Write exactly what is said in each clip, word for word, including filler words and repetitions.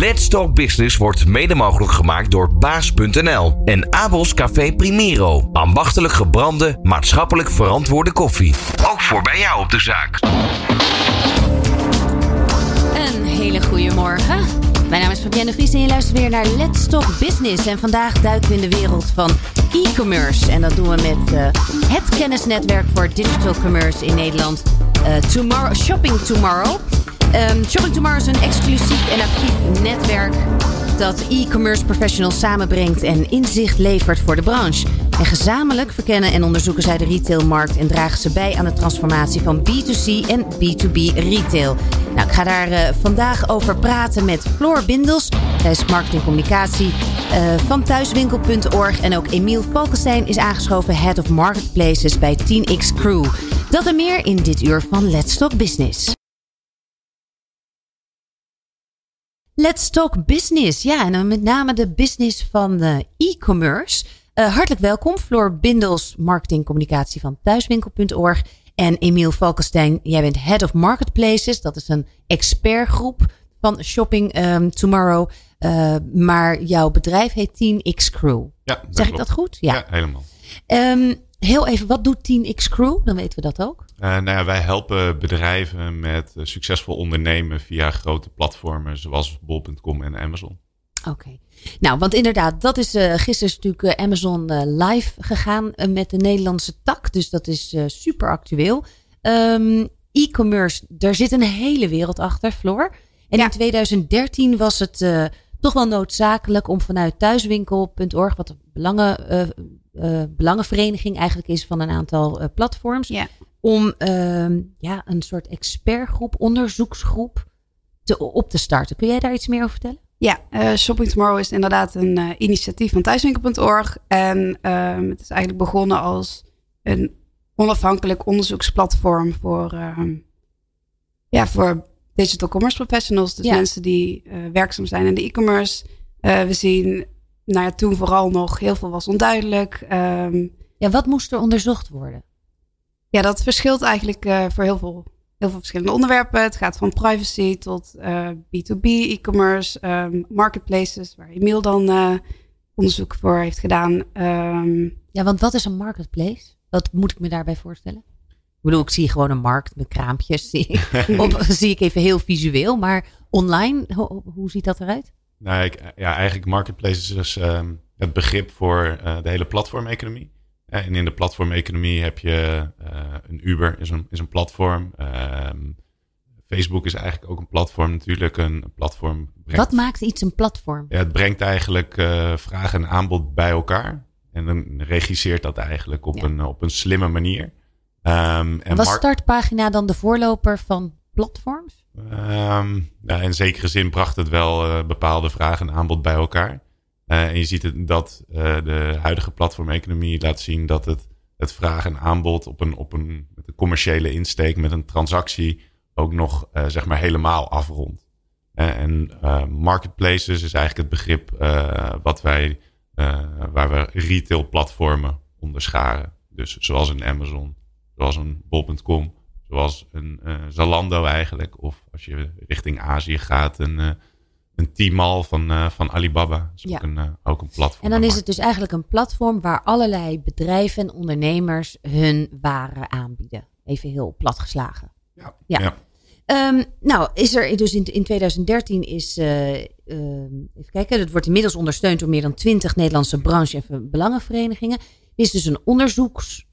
Let's Talk Business wordt mede mogelijk gemaakt door baas punt n l en Abels Café Primero. Ambachtelijk gebrande, maatschappelijk verantwoorde koffie. Ook voor bij jou op de zaak. Een hele goede morgen. Mijn naam is Fabienne de Vries en je luistert weer naar Let's Talk Business. En vandaag duiken we in de wereld van e-commerce. En dat doen we met uh, het kennisnetwerk voor digital commerce in Nederland. Uh, tomorrow, Shopping Tomorrow. Um, Shopping Tomorrow is een exclusief en actief netwerk dat e-commerce professionals samenbrengt en inzicht levert voor de branche. En gezamenlijk verkennen en onderzoeken zij de retailmarkt en dragen ze bij aan de transformatie van B twee C en B twee B retail. Nou, ik ga daar uh, vandaag over praten met Floor Bindels. Zij is marketingcommunicatie uh, van thuiswinkel punt org. En ook Emiel Valkenstein is aangeschoven, Head of Marketplaces bij tien x Crew. Dat en meer in dit uur van Let's Talk Business. Let's Talk Business. Ja, en dan met name de business van uh, e-commerce. Uh, hartelijk welkom, Floor Bindels, marketingcommunicatie van thuiswinkel punt org. En Emiel Valkenstein, jij bent Head of Marketplaces. Dat is een expertgroep van Shopping um, Tomorrow. Uh, maar jouw bedrijf heet tien x Crew. Ja, dat zeg klopt. Ik dat goed? Ja, ja helemaal. Um, heel even, wat doet tien x Crew? Dan weten we dat ook. Uh, nou ja, wij helpen bedrijven met uh, succesvol ondernemen via grote platformen zoals bol punt com en Amazon. Oké. Okay. Nou, want inderdaad, dat is uh, gisteren is natuurlijk uh, Amazon uh, live gegaan uh, met de Nederlandse tak. Dus dat is uh, super actueel. Um, e-commerce, daar zit een hele wereld achter, Floor. En ja. In twintig dertien was het uh, toch wel noodzakelijk om vanuit thuiswinkel punt org, wat een belangen, uh, uh, belangenvereniging eigenlijk is van een aantal uh, platforms, ja. om uh, ja, een soort expertgroep, onderzoeksgroep te, op te starten. Kun jij daar iets meer over vertellen? Ja, uh, Shopping Tomorrow is inderdaad een uh, initiatief van thuiswinkel punt org. En uh, het is eigenlijk begonnen als een onafhankelijk onderzoeksplatform voor, uh, ja, voor digital commerce professionals. Dus ja. mensen die uh, werkzaam zijn in de e-commerce. Uh, we zien, nou ja, toen vooral nog heel veel was onduidelijk. Um, ja, wat moest er onderzocht worden? Ja, dat verschilt eigenlijk uh, voor heel veel Heel veel verschillende onderwerpen. Het gaat van privacy tot uh, B twee B, e-commerce, um, marketplaces, waar Emiel dan uh, onderzoek voor heeft gedaan. Um, ja, want wat is een marketplace? Wat moet ik me daarbij voorstellen? Ik bedoel, ik zie gewoon een markt met kraampjes. Zie ik, op, zie ik even heel visueel. Maar online, ho, hoe ziet dat eruit? Nou, ik, ja, eigenlijk marketplaces is dus, um, het begrip voor uh, de hele platformeconomie. En in de platformeconomie heb je uh, een Uber, is een, is een platform. Um, Facebook is eigenlijk ook een platform natuurlijk. Een platform brengt, Wat maakt iets een platform? Ja, het brengt eigenlijk uh, vraag en aanbod bij elkaar. En dan regisseert dat eigenlijk op, ja. een, op een slimme manier. Um, en Was mar- Startpagina dan de voorloper van platforms? Um, ja, in zekere zin bracht het wel uh, bepaalde vraag en aanbod bij elkaar. Uh, en je ziet het, dat uh, de huidige platformeconomie laat zien dat het, het vraag en aanbod op een, op een, met een commerciële insteek, met een transactie ook nog uh, zeg maar helemaal afrondt. Uh, en uh, marketplaces is eigenlijk het begrip uh, wat wij, uh, waar we retail platformen onderscharen. Dus zoals een Amazon, zoals een bol punt com, zoals een uh, Zalando eigenlijk. Of als je richting Azië gaat, een... Uh, Een Tmall van, uh, van Alibaba. Is ja. ook, een, uh, ook een platform. En dan is het dus eigenlijk een platform waar allerlei bedrijven en ondernemers hun waren aanbieden. Even heel plat geslagen. Ja. ja. ja. Um, nou, is er dus in, in twintig dertien is, uh, uh, even kijken, het wordt inmiddels ondersteund door meer dan twintig Nederlandse branche- en belangenverenigingen. Er is dus een onderzoekstool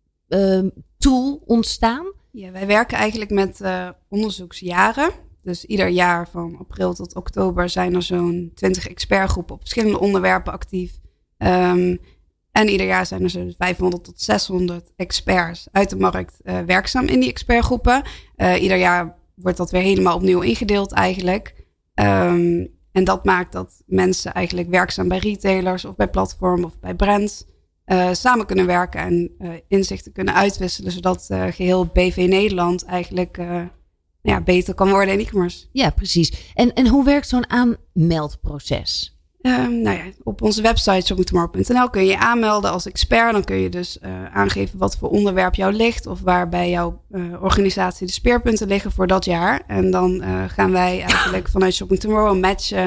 uh, ontstaan. Ja, wij werken eigenlijk met uh, onderzoeksjaren. Dus ieder jaar van april tot oktober zijn er zo'n twintig expertgroepen op verschillende onderwerpen actief. Um, en ieder jaar zijn er zo'n vijfhonderd tot zeshonderd experts uit de markt uh, werkzaam in die expertgroepen. Uh, ieder jaar wordt dat weer helemaal opnieuw ingedeeld eigenlijk. Um, en dat maakt dat mensen eigenlijk werkzaam bij retailers of bij platformen of bij brands uh, samen kunnen werken en uh, inzichten kunnen uitwisselen. Zodat uh, geheel B V Nederland eigenlijk... Uh, Ja, beter kan worden in e-commerce. Ja, precies. En, en hoe werkt zo'n aanmeldproces? Um, nou ja, op onze website shopping tomorrow punt n l kun je je aanmelden als expert. Dan kun je dus uh, aangeven wat voor onderwerp jou ligt of waar bij jouw uh, organisatie de speerpunten liggen voor dat jaar. En dan uh, gaan wij eigenlijk vanuit Shopping Tomorrow matchen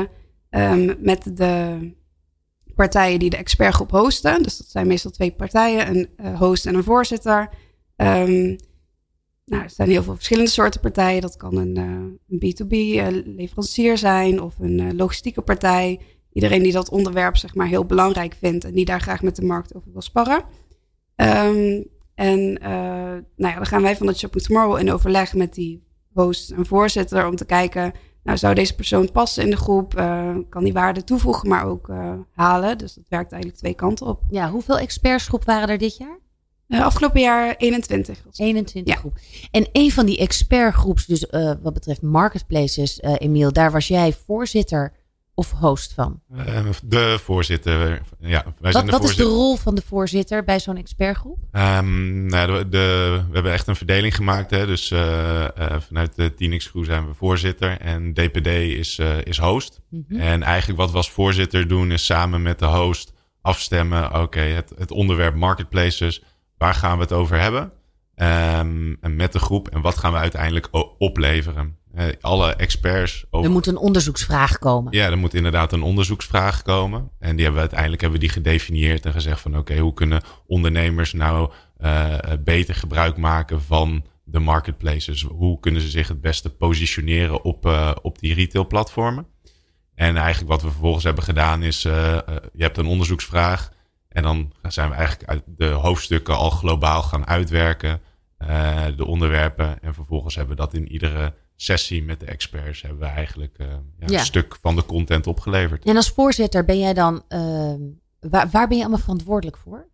Um, met de partijen die de expertgroep hosten. Dus dat zijn meestal twee partijen, een uh, host en een voorzitter. Um, nou, er zijn heel veel verschillende soorten partijen. Dat kan een, uh, een B twee B uh, leverancier zijn of een uh, logistieke partij. Iedereen die dat onderwerp zeg maar heel belangrijk vindt en die daar graag met de markt over wil sparren. Um, en uh, nou ja, dan gaan wij van het Shopping Tomorrow in overleg met die host en voorzitter om te kijken, nou, zou deze persoon passen in de groep? Uh, kan die waarde toevoegen, maar ook uh, halen? Dus dat werkt eigenlijk twee kanten op. Ja, hoeveel expertsgroep waren er dit jaar? Uh, afgelopen jaar eenentwintig. eenentwintig ja. groep. En een van die expertgroeps, dus uh, wat betreft marketplaces, uh, Emiel, daar was jij voorzitter of host van? Uh, de voorzitter, ja. Wij wat zijn de wat voorzitter. is de rol van de voorzitter bij zo'n expertgroep? Um, nou, de, de, we hebben echt een verdeling gemaakt. Hè? Dus uh, uh, vanuit de tien X Crew zijn we voorzitter en D P D is, uh, is host. Mm-hmm. En eigenlijk wat we als voorzitter doen is samen met de host afstemmen. Oké, okay, het, het onderwerp marketplaces, waar gaan we het over hebben? Um, en met de groep en wat gaan we uiteindelijk opleveren? Uh, alle experts. Over... Er moet een onderzoeksvraag komen. Ja, er moet inderdaad een onderzoeksvraag komen. En die hebben we uiteindelijk hebben we die gedefinieerd en gezegd van oké, okay, hoe kunnen ondernemers nou uh, beter gebruik maken van de marketplaces? Hoe kunnen ze zich het beste positioneren op, uh, op die retailplatformen? En eigenlijk wat we vervolgens hebben gedaan is, uh, uh, je hebt een onderzoeksvraag en dan zijn we eigenlijk uit de hoofdstukken al globaal gaan uitwerken, uh, de onderwerpen. En vervolgens hebben we dat in iedere sessie met de experts hebben we eigenlijk uh, ja, ja. een stuk van de content opgeleverd. En als voorzitter ben jij dan, uh, waar, waar ben je allemaal verantwoordelijk voor?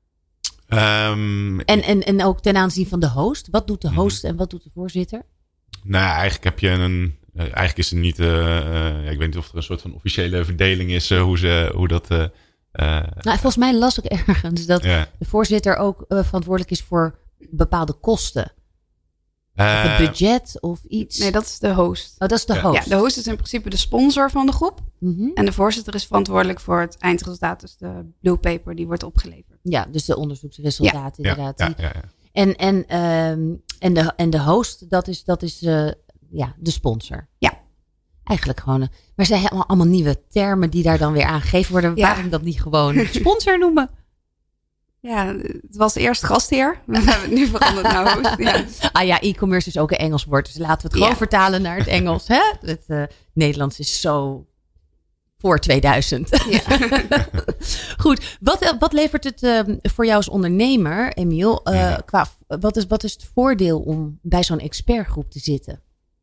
Um, en, en, en ook ten aanzien van de host. Wat doet de host mm-hmm. en wat doet de voorzitter? Nou, eigenlijk heb je een, uh, eigenlijk is er niet, uh, uh, ik weet niet of er een soort van officiële verdeling is, uh, hoe, ze, hoe dat... Uh, uh, nou, volgens mij las ik ergens dat ja. de voorzitter ook uh, verantwoordelijk is voor bepaalde kosten. Of het budget of iets? Nee, dat is de host. Oh, dat is de host. Ja, de host is in principe de sponsor van de groep. Mm-hmm. En de voorzitter is verantwoordelijk voor het eindresultaat. Dus de blue paper die wordt opgeleverd. Ja, dus de onderzoeksresultaten ja. inderdaad. Ja, ja, ja, ja. En, en, um, en, de, en de host, dat is, dat is uh, ja, de sponsor. Ja. Eigenlijk gewoon. Uh, maar zijn allemaal, allemaal nieuwe termen die daar dan weer aangegeven worden. Ja. Waarom dat niet gewoon sponsor noemen? Ja, het was eerst gastheer. We hebben het nu veranderd naar host. Ja. Ah ja, e-commerce is ook een Engels woord. Dus laten we het gewoon ja. vertalen naar het Engels. Hè? Het uh, Nederlands is zo voor tweeduizend. Ja. Goed, wat, wat levert het uh, voor jou als ondernemer, Emiel? Uh, ja. qua, wat, is, wat is het voordeel om bij zo'n expertgroep te zitten?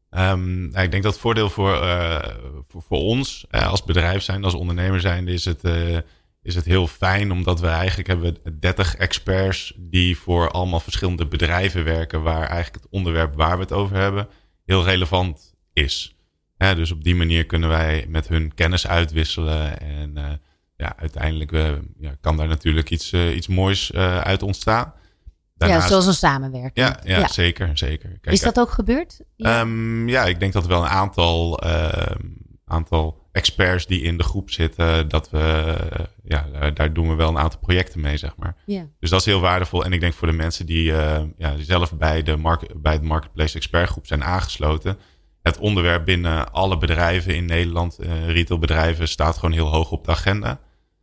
Um, nou, ik denk dat het voordeel voor, uh, voor, voor ons uh, als bedrijf zijn, als ondernemer zijn, is het... Uh, is het heel fijn omdat we eigenlijk hebben dertig experts die voor allemaal verschillende bedrijven werken, waar eigenlijk het onderwerp waar we het over hebben heel relevant is. Ja, dus op die manier kunnen wij met hun kennis uitwisselen en uh, ja, uiteindelijk uh, ja, kan daar natuurlijk iets, uh, iets moois uh, uit ontstaan. Daarnaast, ja, zoals een samenwerking. Ja, ja, ja. zeker. zeker. Kijk, is dat ook gebeurd? Ja, um, ja ik denk dat er wel een aantal... Uh, aantal experts die in de groep zitten, dat we, ja, daar doen we wel een aantal projecten mee, zeg maar. Yeah. Dus dat is heel waardevol. En ik denk voor de mensen die, uh, ja, die zelf bij de, market, bij de Marketplace Expertgroep zijn aangesloten, het onderwerp binnen alle bedrijven in Nederland, uh, retailbedrijven, staat gewoon heel hoog op de agenda.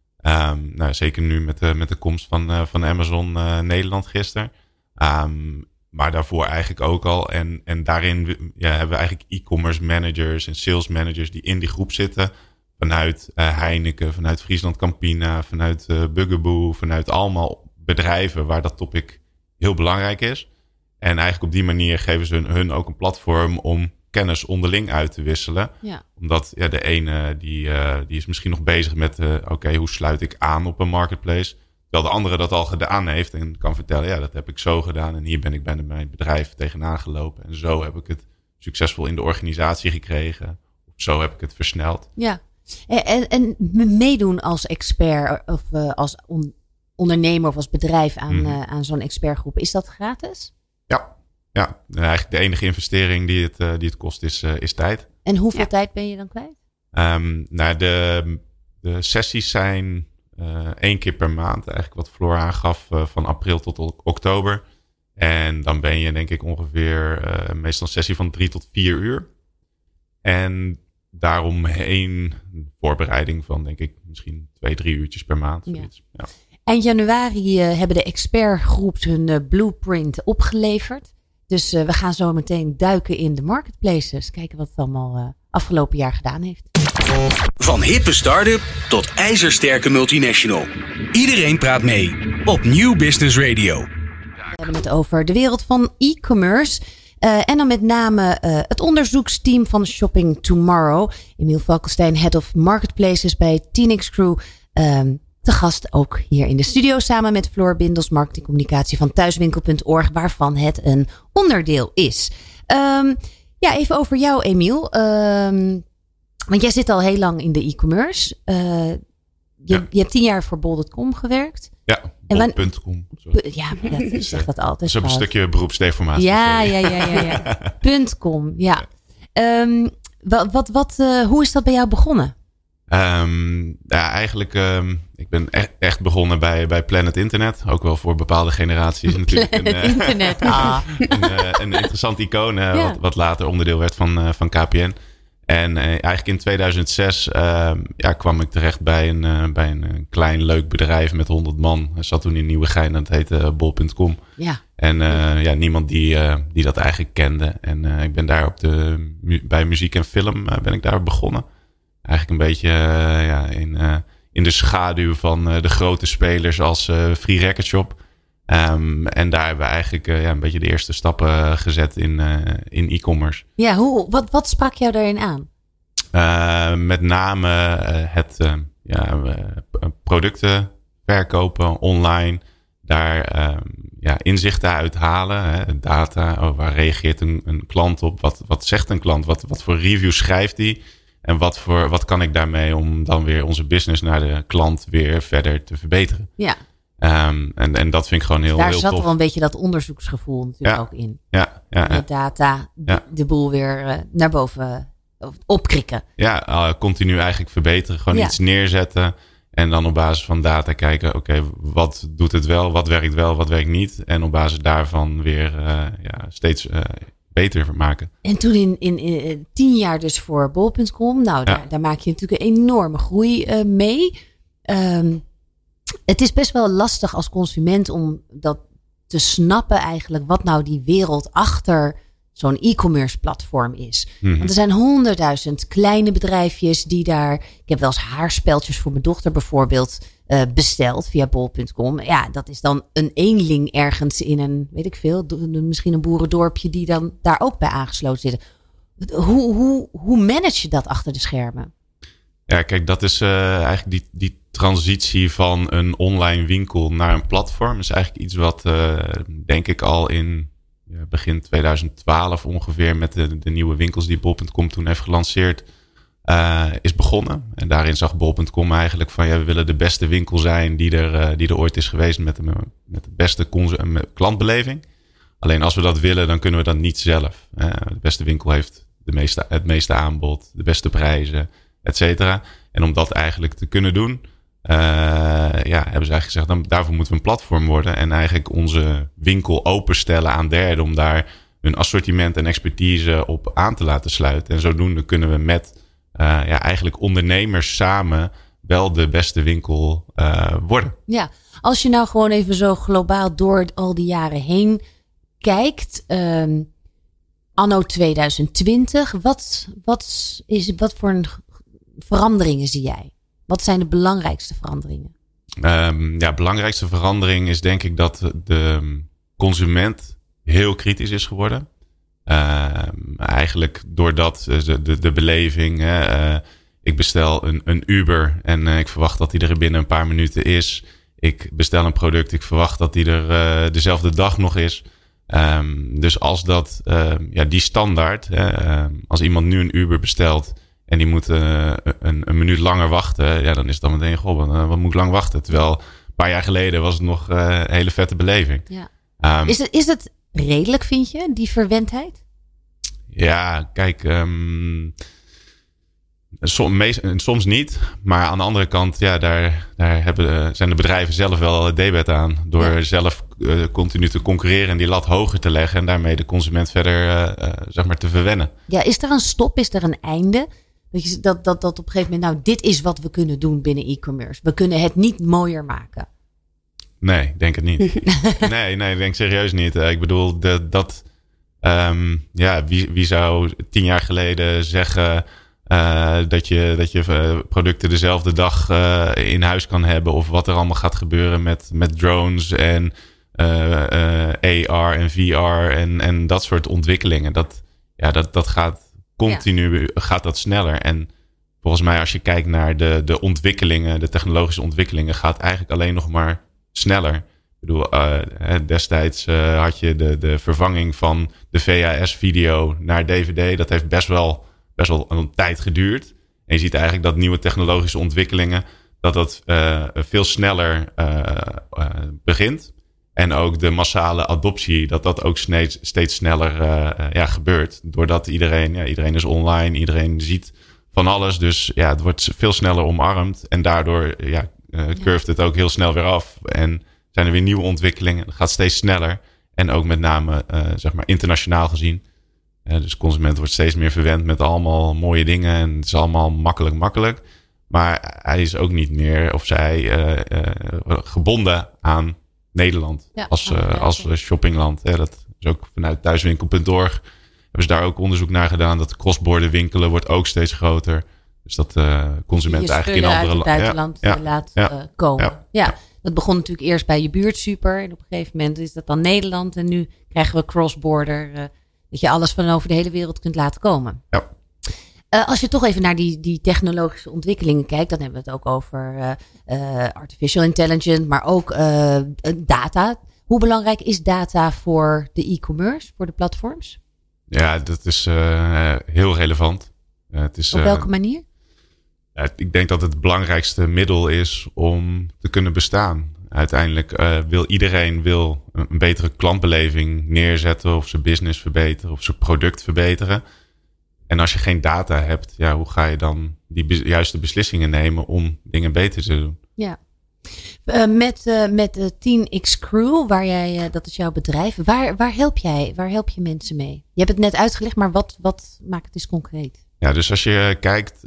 Um, nou, zeker nu met de, met de komst van, uh, van Amazon uh, Nederland gisteren. Um, Maar daarvoor eigenlijk ook al. En, en daarin ja, hebben we eigenlijk e-commerce managers en sales managers die in die groep zitten. Vanuit uh, Heineken, vanuit Friesland Campina, vanuit uh, Bugaboo, vanuit allemaal bedrijven waar dat topic heel belangrijk is. En eigenlijk op die manier geven ze hun, hun ook een platform om kennis onderling uit te wisselen. Ja. Omdat ja, de ene die, uh, die is misschien nog bezig met uh, oké, okay, hoe sluit ik aan op een marketplace? Terwijl de andere dat al gedaan heeft en kan vertellen, ja, dat heb ik zo gedaan. En hier ben ik bij mijn bedrijf tegenaan gelopen. En zo heb ik het succesvol in de organisatie gekregen. Of zo heb ik het versneld. Ja, en, en meedoen als expert of uh, als on, ondernemer of als bedrijf aan, mm. uh, aan zo'n expertgroep. Is dat gratis? Ja, ja. En eigenlijk de enige investering die het, uh, die het kost is, uh, is tijd. En hoeveel ja. tijd ben je dan kwijt? Um, nou, de, de sessies zijn... Uh, één keer per maand, eigenlijk wat Floor aangaf, uh, van april tot oktober. En dan ben je denk ik ongeveer uh, meestal een sessie van drie tot vier uur. En daaromheen voorbereiding van, denk ik, misschien twee, drie uurtjes per maand. Ja. Ja. Eind januari uh, hebben de expertgroeps hun uh, blueprint opgeleverd. Dus uh, we gaan zo meteen duiken in de marketplaces. Kijken wat het allemaal uh, afgelopen jaar gedaan heeft. Van hippe start-up tot ijzersterke multinational. Iedereen praat mee op Nieuw Business Radio. We hebben het over de wereld van e-commerce. Uh, en dan met name uh, het onderzoeksteam van Shopping Tomorrow. Emiel Valkenstein, Head of Marketplaces bij Tinix Crew. Um, te gast ook hier in de studio samen met Floor Bindels, marketingcommunicatie van thuiswinkel punt org, waarvan het een onderdeel is. Um, ja, even over jou, Emiel. Um, want jij zit al heel lang in de e-commerce. Uh, je, ja. je hebt tien jaar voor bol punt com gewerkt. Ja, bol punt com. Ja, je zegt dat altijd. Dat is een stukje beroepsdeformatie. Ja, ja, ja, ja, ja. .com, ja. Um, wat, wat, wat, uh, hoe is dat bij jou begonnen? Um, ja, eigenlijk, um, ik ben echt, echt begonnen bij, bij Planet Internet. Ook wel voor bepaalde generaties natuurlijk. Planet een, uh, Internet, ah. een, uh, een interessant icoon, uh, ja. wat, wat later onderdeel werd van, uh, van K P N. En uh, eigenlijk in tweeduizend zes uh, ja, kwam ik terecht bij een, uh, bij een uh, klein leuk bedrijf met honderd man. Ik zat toen in Nieuwegein en dat heette uh, bol punt com. Ja. En uh, ja, niemand die, uh, die dat eigenlijk kende. En uh, ik ben daar op de, mu- bij muziek en film uh, ben ik daar begonnen. Eigenlijk een beetje uh, ja, in, uh, in de schaduw van uh, de grote spelers als uh, Free Record Shop. Um, en daar hebben we eigenlijk uh, ja, een beetje de eerste stappen gezet in, uh, in e-commerce. Ja, hoe, wat, wat sprak jou daarin aan? Uh, met name uh, het uh, ja, uh, producten verkopen online. Daar uh, ja, inzichten uithalen. Hè, data, oh, waar reageert een, een klant op? Wat, wat zegt een klant? Wat, wat voor reviews schrijft hij? En wat, voor, wat kan ik daarmee om dan weer onze business naar de klant weer verder te verbeteren? Ja. Um, en, en dat vind ik gewoon heel, Daar heel tof. zat wel een beetje dat onderzoeksgevoel natuurlijk ja. ook in. Ja, ja, ja. Met data ja. de, de boel weer uh, naar boven uh, opkrikken. Ja, uh, continu eigenlijk verbeteren. Gewoon ja. iets neerzetten. En dan op basis van data kijken. Oké, okay, wat doet het wel? Wat werkt wel? Wat werkt niet? En op basis daarvan weer uh, ja, steeds uh, beter maken. En toen in, in, in tien jaar dus voor bol punt com. Nou, ja. daar, daar maak je natuurlijk een enorme groei uh, mee. Um, Het is best wel lastig als consument om dat te snappen eigenlijk wat nou die wereld achter zo'n e-commerce platform is. Mm-hmm. Want er zijn honderdduizend kleine bedrijfjes die daar... Ik heb wel eens haarspeltjes voor mijn dochter bijvoorbeeld uh, besteld via bol punt com. Ja, dat is dan een eenling ergens in een, weet ik veel, misschien een boerendorpje die dan daar ook bij aangesloten zitten. Hoe, hoe, hoe manage je dat achter de schermen? Ja, kijk, dat is uh, eigenlijk die, die transitie van een online winkel naar een platform. Is eigenlijk iets wat, uh, denk ik, al in ja, begin tweeduizend twaalf ongeveer met de, de nieuwe winkels die bol punt com toen heeft gelanceerd, uh, is begonnen. En daarin zag bol punt com eigenlijk van, ja, we willen de beste winkel zijn die er, uh, die er ooit is geweest met de, met de beste cons- met klantbeleving. Alleen als we dat willen, dan kunnen we dat niet zelf. Uh, de beste winkel heeft de meeste, het meeste aanbod, de beste prijzen, et cetera. En om dat eigenlijk te kunnen doen, uh, ja, hebben ze eigenlijk gezegd, dan, daarvoor moeten we een platform worden en eigenlijk onze winkel openstellen aan derden om daar hun assortiment en expertise op aan te laten sluiten. En zodoende kunnen we met uh, ja, eigenlijk ondernemers samen wel de beste winkel uh, worden. Ja, als je nou gewoon even zo globaal door al die jaren heen kijkt, um, anno tweeduizend twintig, wat, wat, is, wat voor een veranderingen zie jij? Wat zijn de belangrijkste veranderingen? Um, ja, belangrijkste verandering is denk ik dat de consument heel kritisch is geworden. Uh, eigenlijk doordat de, de, de beleving, hè, uh, ik bestel een, een Uber en uh, ik verwacht dat die er binnen een paar minuten is. Ik bestel een product, ik verwacht dat die er uh, dezelfde dag nog is. Um, dus als dat, uh, ja, die standaard, hè, uh, als iemand nu een Uber bestelt en die moet uh, een, een minuut langer wachten, ja, dan is het dan meteen, goh, wat, wat moet ik lang wachten? Terwijl een paar jaar geleden was het nog uh, een hele vette beleving. Ja. Um, is, het, is het redelijk, vind je, die verwendheid? Ja, kijk, um, som, meest, soms niet. Maar aan de andere kant, ja, daar, daar hebben, zijn de bedrijven zelf wel debet aan. Door ja. zelf uh, continu te concurreren en die lat hoger te leggen. En daarmee de consument verder uh, uh, zeg maar te verwennen. Ja, is er een stop? Is er een einde? Dat, je, dat, dat, dat op een gegeven moment, nou, dit is wat we kunnen doen binnen e-commerce. We kunnen het niet mooier maken. Nee, ik denk het niet. nee, nee, ik denk serieus niet. Ik bedoel, de, dat... Um, ja, wie, wie zou tien jaar geleden zeggen... Uh, dat je, dat je uh, producten dezelfde dag uh, in huis kan hebben... of wat er allemaal gaat gebeuren met, met drones en uh, uh, A R en V R... En, en dat soort ontwikkelingen. Dat, ja, dat, dat gaat continu ja. gaat dat sneller. En volgens mij als je kijkt naar de, de ontwikkelingen... de technologische ontwikkelingen... gaat eigenlijk alleen nog maar sneller. Ik bedoel, uh, destijds uh, had je de, de vervanging van de V H S-video naar D V D. Dat heeft best wel, best wel een tijd geduurd. En je ziet eigenlijk dat nieuwe technologische ontwikkelingen... dat dat uh, veel sneller uh, uh, begint. En ook de massale adoptie, dat dat ook steeds, steeds sneller uh, ja, gebeurt. Doordat iedereen, ja, iedereen is online, iedereen ziet van alles. Dus ja, het wordt veel sneller omarmd. En daardoor ja, uh, curvet het ook heel snel weer af. En zijn er weer nieuwe ontwikkelingen. Het gaat steeds sneller. En ook met name uh, zeg maar internationaal gezien. Uh, dus consument wordt steeds meer verwend met allemaal mooie dingen. En het is allemaal makkelijk, makkelijk. Maar hij is ook niet meer, of zij, uh, uh, gebonden aan Nederland. Ja, als, uh, als shoppingland. Hè. Dat is ook vanuit thuiswinkel punt org. Hebben ze daar ook onderzoek naar gedaan. Dat cross-border winkelen wordt ook steeds groter. Dus dat uh, consumenten eigenlijk in andere landen... uit het buitenland ja, laat ja, uh, komen. Ja, ja. ja, dat begon natuurlijk eerst bij je buurtsuper. En op een gegeven moment is dat dan Nederland. En nu krijgen we cross-border. Uh, dat je alles van over de hele wereld kunt laten komen. Ja. Uh, als je toch even naar die, die technologische ontwikkelingen kijkt. Dan hebben we het ook over uh, uh, artificial intelligence. Maar ook uh, data. Hoe belangrijk is data voor de e-commerce? Voor de platforms? Ja, dat is uh, heel relevant. Uh, het is, Op welke uh, manier? Uh, ik denk dat het belangrijkste middel is om te kunnen bestaan. Uiteindelijk uh, wil iedereen wil een betere klantbeleving neerzetten. Of zijn business verbeteren. Of zijn product verbeteren. En als je geen data hebt, ja, hoe ga je dan die be- juiste beslissingen nemen om dingen beter te doen? Ja. Uh, met uh, met de tien X Crew, waar jij, uh, dat is jouw bedrijf. Waar, waar help jij? Waar help je mensen mee? Je hebt het net uitgelegd, maar wat, wat maakt het eens concreet? Ja, dus als je kijkt,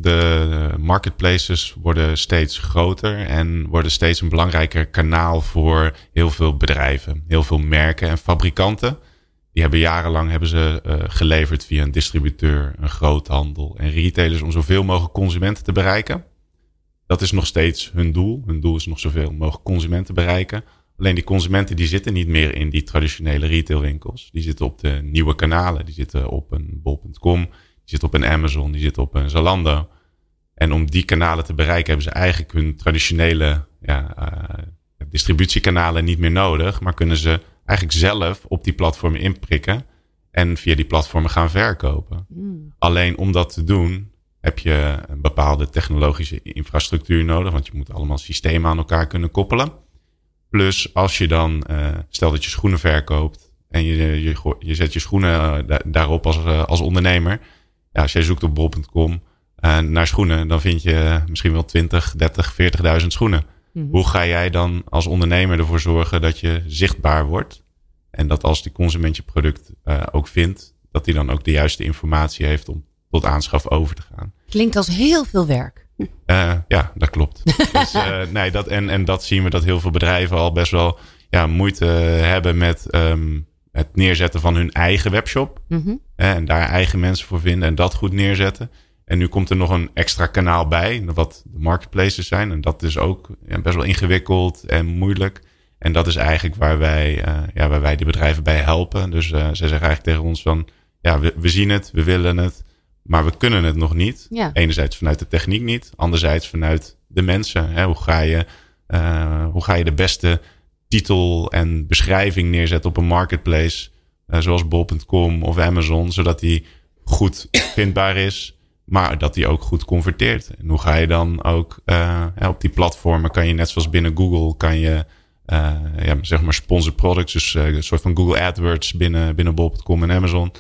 de marketplaces worden steeds groter en worden steeds een belangrijker kanaal voor heel veel bedrijven, heel veel merken en fabrikanten. Die hebben jarenlang hebben ze uh, geleverd via een distributeur, een groothandel en retailers om zoveel mogelijk consumenten te bereiken. Dat is nog steeds hun doel. Hun doel is nog zoveel mogelijk consumenten bereiken. Alleen die consumenten die zitten niet meer in die traditionele retailwinkels. Die zitten op de nieuwe kanalen. Die zitten op een bol punt com, die zitten op een Amazon, die zitten op een Zalando. En om die kanalen te bereiken hebben ze eigenlijk hun traditionele ja, uh, distributiekanalen niet meer nodig. Maar kunnen ze eigenlijk zelf op die platformen inprikken en via die platformen gaan verkopen. Mm. Alleen om dat te doen heb je een bepaalde technologische infrastructuur nodig, want je moet allemaal systemen aan elkaar kunnen koppelen. Plus als je dan, uh, stel dat je schoenen verkoopt en je, je, je zet je schoenen da- daarop als, uh, als ondernemer. Ja, als jij zoekt op bol punt com uh, naar schoenen, dan vind je misschien wel twintig, dertig, veertigduizend schoenen. Mm-hmm. Hoe ga jij dan als ondernemer ervoor zorgen dat je zichtbaar wordt? En dat als die consument je product uh, ook vindt, dat hij dan ook de juiste informatie heeft om tot aanschaf over te gaan. Klinkt als heel veel werk. Uh, ja, dat klopt. dus, uh, nee, dat, en, en dat zien we dat heel veel bedrijven al best wel ja, moeite hebben met um, het neerzetten van hun eigen webshop. Mm-hmm. Uh, en daar eigen mensen voor vinden en dat goed neerzetten. En nu komt er nog een extra kanaal bij, wat de marketplaces zijn. En dat is ook ja, best wel ingewikkeld en moeilijk. En dat is eigenlijk waar wij, uh, ja, waar wij de bedrijven bij helpen. Dus uh, zij zeggen eigenlijk tegen ons van, ja, we, we zien het, we willen het, maar we kunnen het nog niet. Ja. Enerzijds vanuit de techniek niet, anderzijds vanuit de mensen. Hè? Hoe ga je, uh, hoe ga je de beste titel en beschrijving neerzetten op een marketplace, uh, zoals bol punt com of Amazon, zodat die goed vindbaar is, maar dat die ook goed converteert. En hoe ga je dan ook uh, ja, op die platformen, kan je net zoals binnen Google, kan je Uh, ja, zeg maar sponsored products, dus uh, een soort van Google AdWords binnen, binnen bol punt com en Amazon.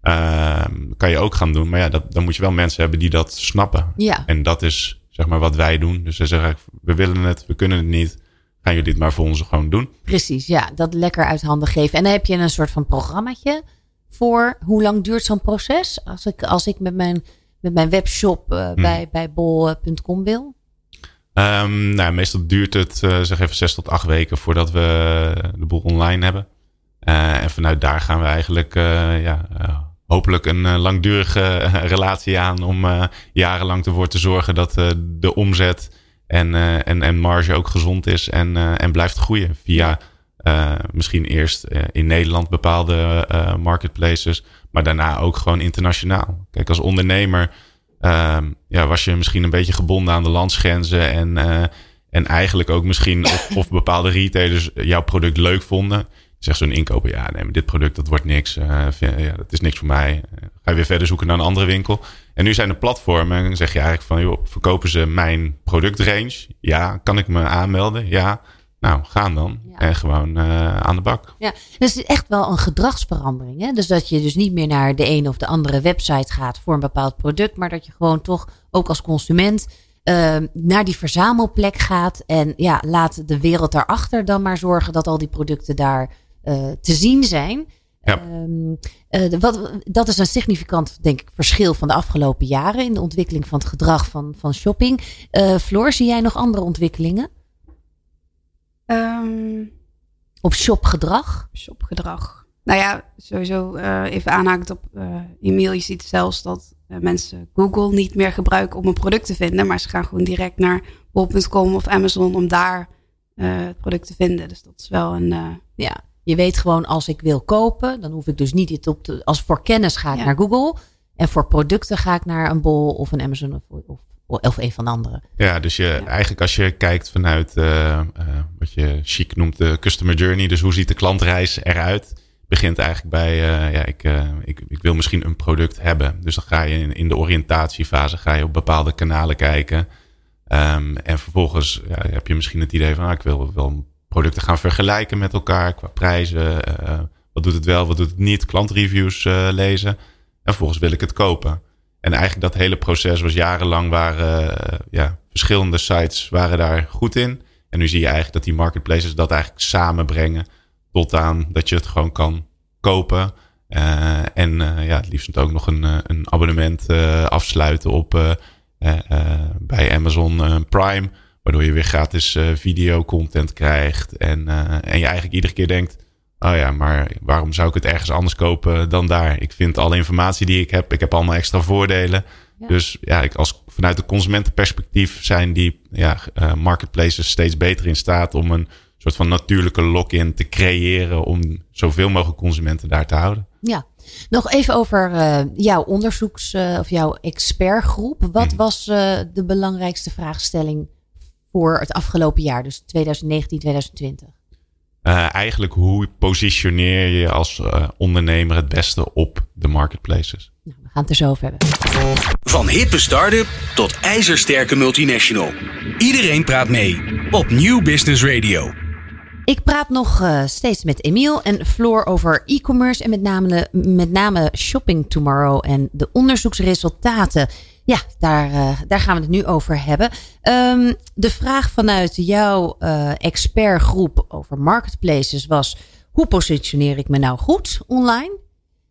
Uh, kan je ook gaan doen. Maar ja, dat, dan moet je wel mensen hebben die dat snappen. Ja. En dat is zeg maar wat wij doen. Dus ze zeggen, we willen het, we kunnen het niet. Gaan jullie dit maar voor ons gewoon doen? Precies, ja. Dat lekker uit handen geven. En dan heb je een soort van programmaatje voor hoe lang duurt zo'n proces? Als ik, als ik met mijn met mijn webshop uh, hmm. bij, bij bol punt com wil? Um, nou, meestal duurt het uh, zeg even zes tot acht weken voordat we de boel online hebben. Uh, en vanuit daar gaan we eigenlijk uh, ja, uh, hopelijk een uh, langdurige uh, relatie aan om uh, jarenlang ervoor te zorgen dat uh, de omzet en, uh, en, en marge ook gezond is en, uh, en blijft groeien via uh, misschien eerst uh, in Nederland bepaalde uh, marketplaces, maar daarna ook gewoon internationaal. Kijk, als ondernemer uh, ja, was je misschien een beetje gebonden aan de landsgrenzen en, uh, en eigenlijk ook misschien of, of bepaalde retailers jouw product leuk vonden. Zegt zo'n inkoper, ja, nee, maar dit product, dat wordt niks. Uh, ja, dat is niks voor mij. Uh, ga je weer verder zoeken naar een andere winkel. En nu zijn er platformen en dan zeg je eigenlijk van, joh, verkopen ze mijn productrange? Ja, kan ik me aanmelden? Ja, nou, gaan dan. Ja. En gewoon uh, aan de bak. Ja, dus het is echt wel een gedragsverandering. Hè? Dus dat je dus niet meer naar de ene of de andere website gaat voor een bepaald product, maar dat je gewoon toch ook als consument Uh, naar die verzamelplek gaat. En ja, laat de wereld daarachter dan maar zorgen dat al die producten daar uh, te zien zijn. Ja. Um, uh, wat, dat is een significant, denk ik, verschil van de afgelopen jaren in de ontwikkeling van het gedrag van, van shopping. Uh, Floor, zie jij nog andere ontwikkelingen? Um, op shopgedrag? Shopgedrag. Nou ja, sowieso uh, even aanhakend op uh, e-mail. Je ziet zelfs dat uh, mensen Google niet meer gebruiken om een product te vinden. Maar ze gaan gewoon direct naar bol punt com of Amazon om daar uh, het product te vinden. Dus dat is wel een... Uh... Ja, je weet gewoon als ik wil kopen, dan hoef ik dus niet dit op te... Als voor kennis ga ik ja. naar Google. En voor producten ga ik naar een Bol of een Amazon of, of, of een van de andere. Ja, dus je, ja. eigenlijk als je kijkt vanuit uh, uh, wat je chic noemt de customer journey. Dus hoe ziet de klantreis eruit? Begint eigenlijk bij, uh, ja, ik, uh, ik, ik wil misschien een product hebben. Dus dan ga je in, in de oriëntatiefase ga je op bepaalde kanalen kijken. Um, en vervolgens ja, heb je misschien het idee van, ah, ik wil wel producten gaan vergelijken met elkaar qua prijzen. Uh, wat doet het wel, wat doet het niet? Klantreviews uh, lezen. En vervolgens wil ik het kopen. En eigenlijk dat hele proces was jarenlang waren, uh, ja, verschillende sites waren daar goed in. En nu zie je eigenlijk dat die marketplaces dat eigenlijk samenbrengen. Tot aan dat je het gewoon kan kopen. Uh, en uh, ja, het liefst ook nog een, een abonnement uh, afsluiten op uh, uh, uh, bij Amazon uh, Prime. Waardoor je weer gratis uh, videocontent krijgt. En, uh, en je eigenlijk iedere keer denkt, oh ja, maar waarom zou ik het ergens anders kopen dan daar? Ik vind alle informatie die ik heb, ik heb allemaal extra voordelen. Ja. Dus ja, ik als, vanuit de consumentenperspectief zijn die ja, uh, marketplaces steeds beter in staat om een soort van natuurlijke lock-in te creëren om zoveel mogelijk consumenten daar te houden. Ja, nog even over uh, jouw onderzoeks- uh, of jouw expertgroep. Wat hmm. was uh, de belangrijkste vraagstelling voor het afgelopen jaar, dus twintig negentien twintig twintig? Uh, eigenlijk hoe positioneer je je als uh, ondernemer het beste op de marketplaces? Nou, we gaan het er zo over hebben. Van hippe start-up tot ijzersterke multinational. Iedereen praat mee op Nieuw Business Radio. Ik praat nog uh, steeds met Emiel en Floor over e-commerce en met name, met name Shopping Tomorrow en de onderzoeksresultaten. Ja, daar, uh, daar gaan we het nu over hebben. Um, de vraag vanuit jouw uh, expertgroep over marketplaces was, hoe positioneer ik me nou goed online?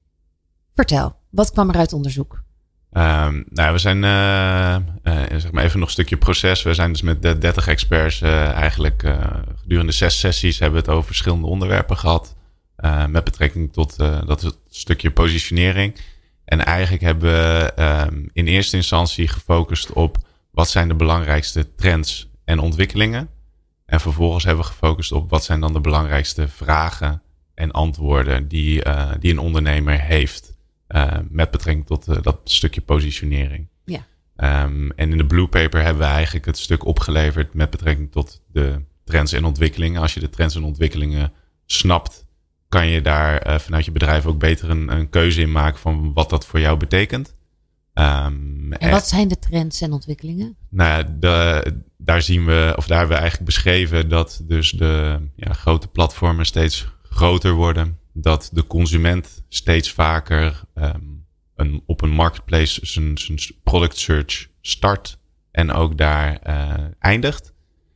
Vertel, wat kwam er uit onderzoek? Um, nou, we zijn uh, uh, zeg maar even nog een stukje proces. We zijn dus met de dertig experts uh, eigenlijk uh, gedurende zes sessies hebben we het over verschillende onderwerpen gehad. Uh, met betrekking tot uh, dat is het stukje positionering. En eigenlijk hebben we um, in eerste instantie gefocust op wat zijn de belangrijkste trends en ontwikkelingen. En vervolgens hebben we gefocust op wat zijn dan de belangrijkste vragen en antwoorden die, uh, die een ondernemer heeft. Uh, met betrekking tot uh, dat stukje positionering. Ja. Um, en in de Blue Paper hebben we eigenlijk het stuk opgeleverd met betrekking tot de trends en ontwikkelingen. Als je de trends en ontwikkelingen snapt, kan je daar uh, vanuit je bedrijf ook beter een, een keuze in maken van wat dat voor jou betekent. Um, en wat zijn de trends en ontwikkelingen? Nou ja, de, daar zien we, of daar hebben we eigenlijk beschreven dat dus de ja, grote platformen steeds groter worden. Dat de consument steeds vaker um, een, op een marketplace zijn, zijn product search start en ook daar uh, eindigt.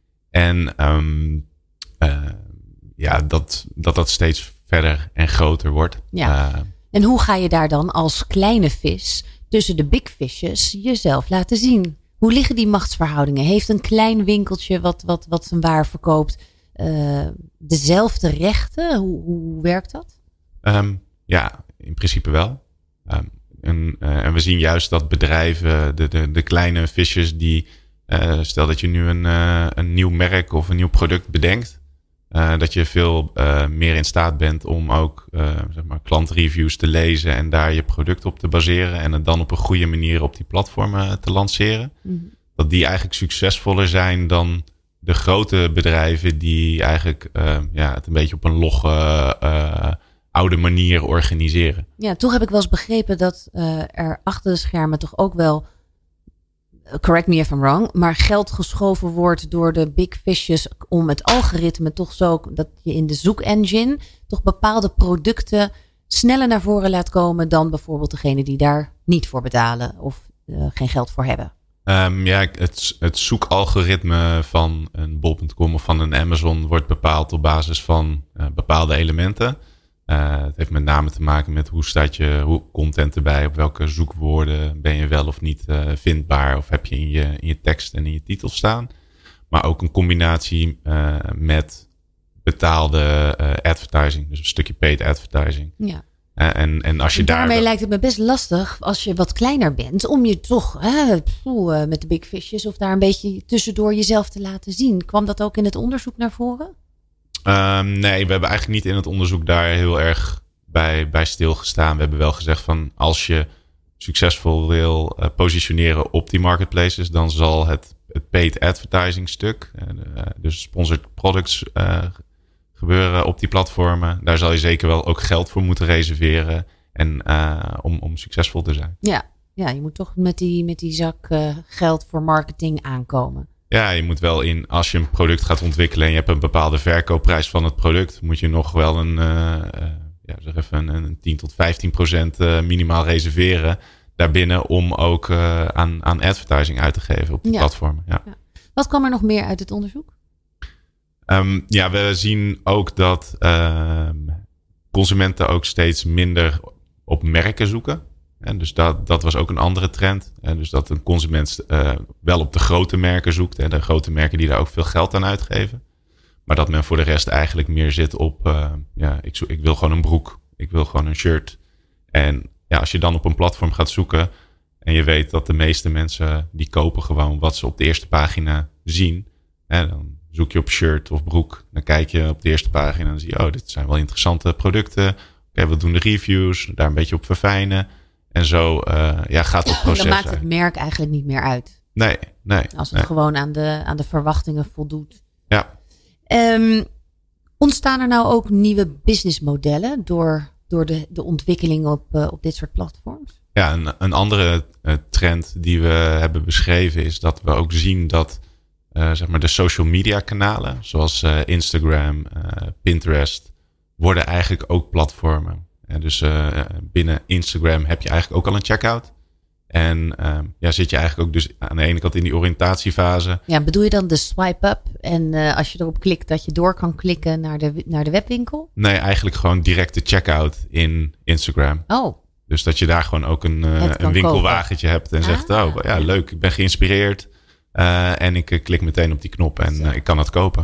En um, uh, ja, dat, dat dat steeds verder en groter wordt. Ja. Uh, en hoe ga je daar dan als kleine vis tussen de big fishes jezelf laten zien? Hoe liggen die machtsverhoudingen? Heeft een klein winkeltje wat, wat, wat zijn waar verkoopt uh, dezelfde rechten? Hoe, hoe werkt dat? Um, ja, in principe wel. Um, en, uh, en we zien juist dat bedrijven, de, de, de kleine visjes die, uh, stel dat je nu een, uh, een nieuw merk of een nieuw product bedenkt, uh, dat je veel uh, meer in staat bent om ook uh, zeg maar klantreviews te lezen en daar je product op te baseren en het dan op een goede manier op die platformen te lanceren. Mm-hmm. Dat die eigenlijk succesvoller zijn dan de grote bedrijven die eigenlijk uh, ja, het een beetje op een logge uh, oude manier organiseren. Ja, toch heb ik wel eens begrepen dat uh, er achter de schermen toch ook wel, correct me if I'm wrong, maar geld geschoven wordt door de big fishes om het algoritme toch zo dat je in de zoekengine toch bepaalde producten sneller naar voren laat komen dan bijvoorbeeld degene die daar niet voor betalen of uh, geen geld voor hebben. Um, ja, het, het zoekalgoritme van een bol punt com of van een Amazon wordt bepaald op basis van uh, bepaalde elementen. Uh, het heeft met name te maken met hoe staat je hoe content erbij, op welke zoekwoorden ben je wel of niet uh, vindbaar of heb je in je, in je tekst en in je titel staan. Maar ook een combinatie uh, met betaalde uh, advertising, dus een stukje paid advertising. Ja. Uh, en, en als je en daarmee daar... lijkt het me best lastig als je wat kleiner bent om je toch hè, poeh, met de big fishes of daar een beetje tussendoor jezelf te laten zien. Kwam dat ook in het onderzoek naar voren? Um, nee, we hebben eigenlijk niet in het onderzoek daar heel erg bij, bij stilgestaan. We hebben wel gezegd van als je succesvol wil uh, positioneren op die marketplaces, dan zal het, het paid advertising stuk, uh, dus sponsored products uh, gebeuren op die platformen. Daar zal je zeker wel ook geld voor moeten reserveren en uh, om, om succesvol te zijn. Ja, ja, je moet toch met die, met die zak uh, geld voor marketing aankomen. Ja, je moet wel in, als je een product gaat ontwikkelen en je hebt een bepaalde verkoopprijs van het product, moet je nog wel een, uh, uh, ja, zeg even een, een tien tot vijftien procent uh, minimaal reserveren daarbinnen om ook uh, aan, aan advertising uit te geven op die ja. platformen. Ja. Ja. Wat kwam er nog meer uit het onderzoek? Um, ja, we zien ook dat uh, consumenten ook steeds minder op merken zoeken. En dus dat, dat was ook een andere trend. En dus dat een consument uh, wel op de grote merken zoekt. En de grote merken die daar ook veel geld aan uitgeven. Maar dat men voor de rest eigenlijk meer zit op, uh, ja, ik, zo, ik wil gewoon een broek. Ik wil gewoon een shirt. En ja, als je dan op een platform gaat zoeken en je weet dat de meeste mensen die kopen gewoon wat ze op de eerste pagina zien. Hè, dan zoek je op shirt of broek. Dan kijk je op de eerste pagina en dan zie je, oh, dit zijn wel interessante producten. Oké, okay, we doen de reviews, daar een beetje op verfijnen. En zo uh, ja, gaat het proces. Dan maakt het merk eigenlijk niet meer uit. Nee, nee. Als het nee. gewoon aan de, aan de verwachtingen voldoet. Ja. Um, ontstaan er nou ook nieuwe businessmodellen door, door de, de ontwikkeling op, uh, op dit soort platforms? Ja, een, een andere uh, trend die we hebben beschreven is dat we ook zien dat uh, zeg maar de social media kanalen, zoals uh, Instagram, uh, Pinterest, worden eigenlijk ook platformen. En dus uh, binnen Instagram heb je eigenlijk ook al een checkout. En uh, ja, zit je eigenlijk ook dus aan de ene kant in die oriëntatiefase. Ja, bedoel je dan de swipe-up? En uh, als je erop klikt dat je door kan klikken naar de, naar de webwinkel? Nee, eigenlijk gewoon direct de checkout in Instagram. Oh. Dus dat je daar gewoon ook een, uh, een winkelwagentje kopen. hebt. En ah, zegt, oh ja, leuk, ik ben geïnspireerd. Uh, en ik uh, klik meteen op die knop en uh, ik kan het kopen.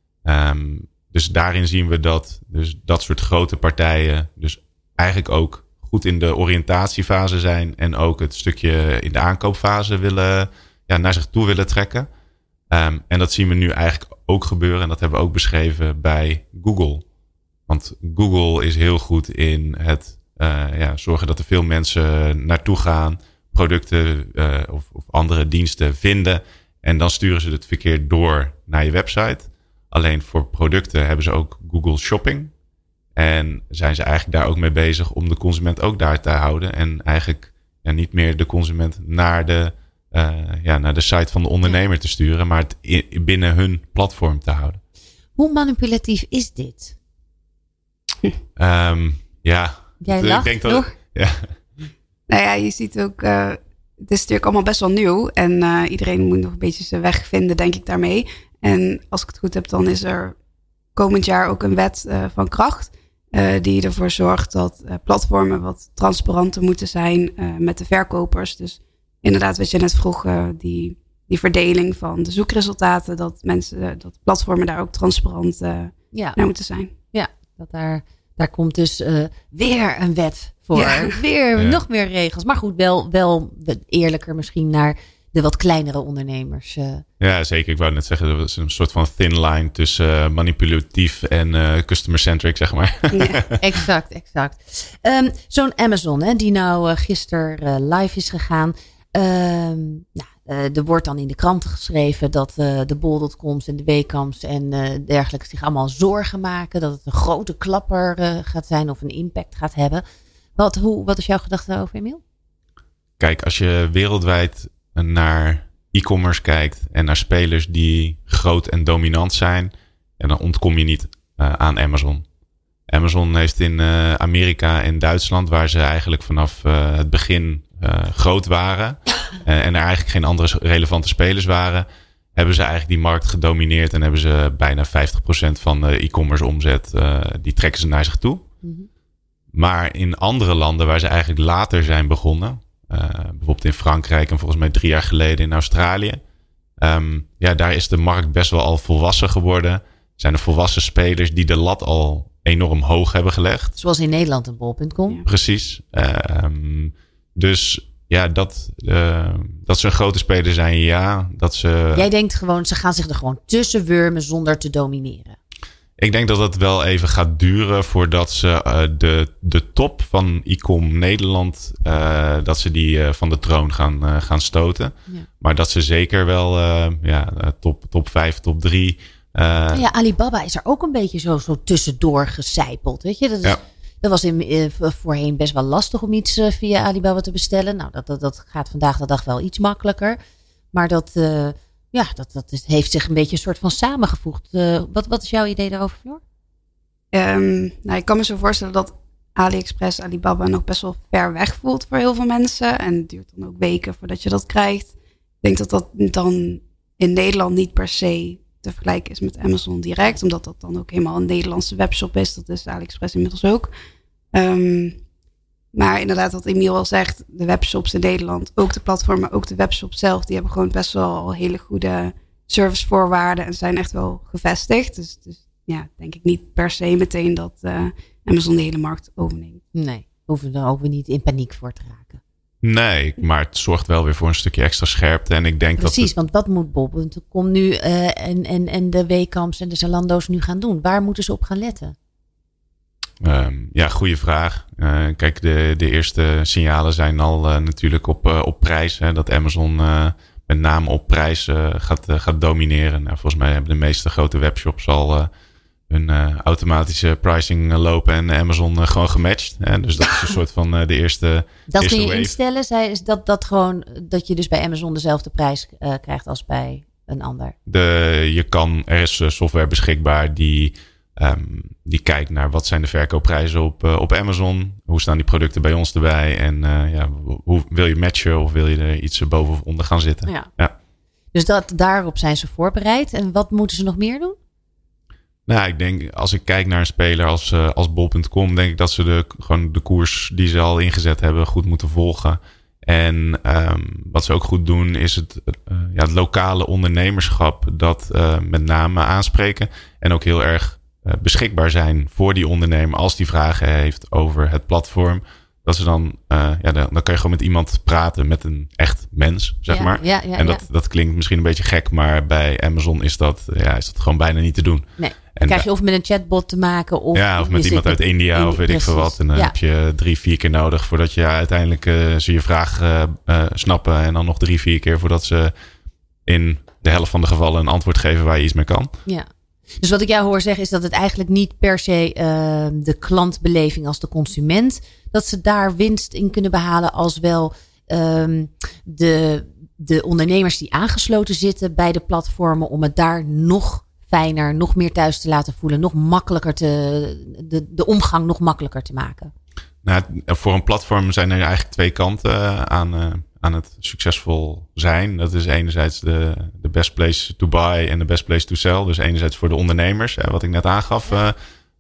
Um, dus daarin zien we dat dus dat soort grote partijen dus eigenlijk ook goed in de oriëntatiefase zijn. En ook het stukje in de aankoopfase willen, ja, naar zich toe willen trekken. Um, en dat zien we nu eigenlijk ook gebeuren. En dat hebben we ook beschreven bij Google. Want Google is heel goed in het uh, ja, zorgen dat er veel mensen naartoe gaan. Producten uh, of, of andere diensten vinden. En dan sturen ze het verkeerd door naar je website. Alleen voor producten hebben ze ook Google Shopping. En zijn ze eigenlijk daar ook mee bezig om de consument ook daar te houden. En eigenlijk ja, niet meer de consument naar de, uh, ja, naar de site van de ondernemer te sturen. Maar het in, binnen hun platform te houden. Hoe manipulatief is dit? Um, ja. Jij lacht, ik denk dat, ja. Nou ja, je ziet ook, uh, het is natuurlijk allemaal best wel nieuw. En uh, iedereen moet nog een beetje zijn weg vinden, denk ik, daarmee. En als ik het goed heb, dan is er komend jaar ook een wet uh, van kracht. Uh, die ervoor zorgt dat uh, platformen wat transparanter moeten zijn uh, met de verkopers. Dus inderdaad, wat je net vroeg, uh, die, die verdeling van de zoekresultaten. Dat mensen, uh, dat platformen daar ook transparant uh, ja. naar moeten zijn. Ja, dat daar, daar komt dus uh, weer een wet voor. Ja. Weer ja. nog meer regels. Maar goed, wel, wel eerlijker misschien naar de wat kleinere ondernemers. Uh. Ja, zeker. Ik wou net zeggen, er is een soort van thin line tussen uh, manipulatief en uh, customer-centric, zeg maar. Ja, exact, exact. Um, zo'n Amazon, hè, die nou uh, gisteren uh, live is gegaan. Um, nou, uh, er wordt dan in de kranten geschreven dat uh, de bol punt coms en de Wekamps en uh, dergelijke zich allemaal zorgen maken. Dat het een grote klapper uh, gaat zijn of een impact gaat hebben. Wat, hoe, wat is jouw gedachte daarover, Emiel? Kijk, als je wereldwijd naar e-commerce kijkt en naar spelers die groot en dominant zijn, en dan ontkom je niet uh, aan Amazon. Amazon heeft in uh, Amerika en Duitsland, waar ze eigenlijk vanaf uh, het begin uh, groot waren uh, en er eigenlijk geen andere relevante spelers waren, hebben ze eigenlijk die markt gedomineerd en hebben ze bijna vijftig procent van de e-commerce omzet, uh, die trekken ze naar zich toe. Mm-hmm. Maar in andere landen waar ze eigenlijk later zijn begonnen, Uh, bijvoorbeeld in Frankrijk en volgens mij drie jaar geleden in Australië. Um, ja, daar is de markt best wel al volwassen geworden. Zijn er volwassen spelers die de lat al enorm hoog hebben gelegd. Zoals in Nederland een bol punt com. Ja. Precies. Um, dus ja, dat, uh, dat ze een grote speler zijn, ja. Dat ze... Jij denkt gewoon, ze gaan zich er gewoon tussen wurmen zonder te domineren. Ik denk dat het wel even gaat duren voordat ze uh, de, de top van e-com Nederland, uh, dat ze die uh, van de troon gaan, uh, gaan stoten. Ja. Maar dat ze zeker wel uh, ja, top, top vijf, top drie. Uh, ja, Alibaba is er ook een beetje zo, zo tussendoor gecijpeld. Weet je? Dat, is, ja. dat was in, uh, voorheen best wel lastig om iets uh, via Alibaba te bestellen. Nou, dat, dat, dat gaat vandaag de dag wel iets makkelijker. Maar dat... Uh, Ja, dat, dat is, heeft zich een beetje een soort van samengevoegd. Uh, wat, wat is jouw idee daarover, Floor? Um, nou, ik kan me zo voorstellen dat AliExpress, Alibaba nog best wel ver weg voelt voor heel veel mensen. En het duurt dan ook weken voordat je dat krijgt. Ik denk dat dat dan in Nederland niet per se te vergelijken is met Amazon direct. Omdat dat dan ook helemaal een Nederlandse webshop is. Dat is AliExpress inmiddels ook. Um, Maar inderdaad, wat Emiel al zegt, de webshops in Nederland, ook de platformen, ook de webshop zelf, die hebben gewoon best wel al hele goede servicevoorwaarden en zijn echt wel gevestigd. Dus, dus ja, denk ik niet per se meteen dat uh, Amazon de hele markt overneemt. Nee, hoeven we er ook weer niet in paniek voor te raken. Nee, maar het zorgt wel weer voor een stukje extra scherpte. En ik denk Precies, dat het... want wat moet bol punt com nu uh, en, en, en de Wekamps en de Zalando's nu gaan doen? Waar moeten ze op gaan letten? Um, ja, goede vraag. Uh, kijk, de, de eerste signalen zijn al uh, natuurlijk op, uh, op prijs. Hè, dat Amazon uh, met name op prijs uh, gaat, uh, gaat domineren. Nou, volgens mij hebben de meeste grote webshops al uh, hun uh, automatische pricing lopen en Amazon uh, gewoon gematcht. Hè, dus dat is een soort van uh, de eerste Dat eerste kun je wave. instellen? Zij, is dat, dat, gewoon, dat je dus bij Amazon dezelfde prijs uh, krijgt als bij een ander? De, je kan, er is software beschikbaar die... Um, die kijkt naar wat zijn de verkoopprijzen op, uh, op Amazon. Hoe staan die producten bij ons erbij? En uh, ja, hoe wil je matchen of wil je er iets boven of onder gaan zitten? Ja. Ja. Dus dat, daarop zijn ze voorbereid. En wat moeten ze nog meer doen? Nou, ik denk als ik kijk naar een speler als, uh, als bol punt com, denk ik dat ze de, gewoon de koers die ze al ingezet hebben goed moeten volgen. En um, wat ze ook goed doen is het, uh, ja, het lokale ondernemerschap dat uh, met name aanspreken. En ook heel erg beschikbaar zijn voor die ondernemer als die vragen heeft over het platform. Dat ze dan, uh, ja, dan, dan kan je gewoon met iemand praten, met een echt mens, zeg ja, maar. Ja, ja, en dat, ja. dat klinkt misschien een beetje gek, maar bij Amazon is dat, ja, is dat gewoon bijna niet te doen. Nee, dan en krijg je of met een chatbot te maken of... Ja, of met iemand uit India in, of weet precies. ik veel wat. En dan ja. heb je drie, vier keer nodig voordat je ja, uiteindelijk uh, ze je vraag uh, uh, snappen. En dan nog drie, vier keer voordat ze in de helft van de gevallen een antwoord geven waar je iets mee kan. Ja. Dus wat ik jou hoor zeggen is dat het eigenlijk niet per se uh, de klantbeleving als de consument, dat ze daar winst in kunnen behalen als wel um, de, de ondernemers die aangesloten zitten bij de platformen om het daar nog fijner, nog meer thuis te laten voelen, nog makkelijker te, de, de omgang nog makkelijker te maken. Nou, voor een platform zijn er eigenlijk twee kanten aan, uh, aan het succesvol zijn. Dat is enerzijds de, de best place to buy en de best place to sell. Dus enerzijds voor de ondernemers, hè, wat ik net aangaf. Uh,